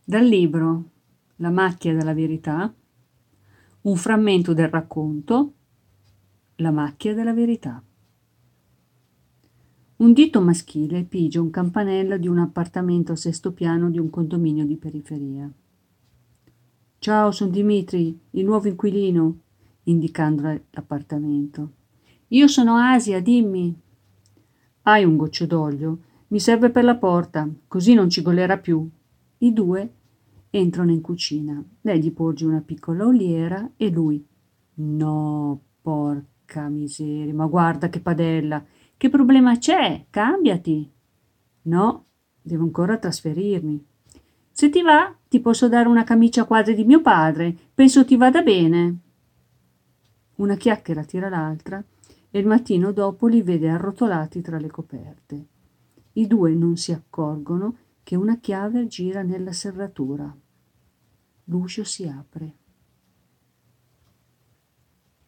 Dal libro La macchia della verità, un frammento del racconto La macchia della verità. Un dito maschile pigia un campanello di un appartamento al sesto piano di un condominio di periferia. «Ciao, sono Dimitri, il nuovo inquilino», indicando l'appartamento. «Io sono Asia, dimmi». «Hai un goccio d'olio? Mi serve per la porta, così non cigolerà più». I due entrano in cucina. Lei gli porge una piccola oliera e lui: «No, porca miseria, ma guarda che padella! Che problema c'è? Cambiati!» «No, devo ancora trasferirmi». «Se ti va, ti posso dare una camicia a quadri di mio padre. Penso ti vada bene». Una chiacchiera tira l'altra e il mattino dopo li vede arrotolati tra le coperte. I due non si accorgono che una chiave gira nella serratura. L'uscio si apre.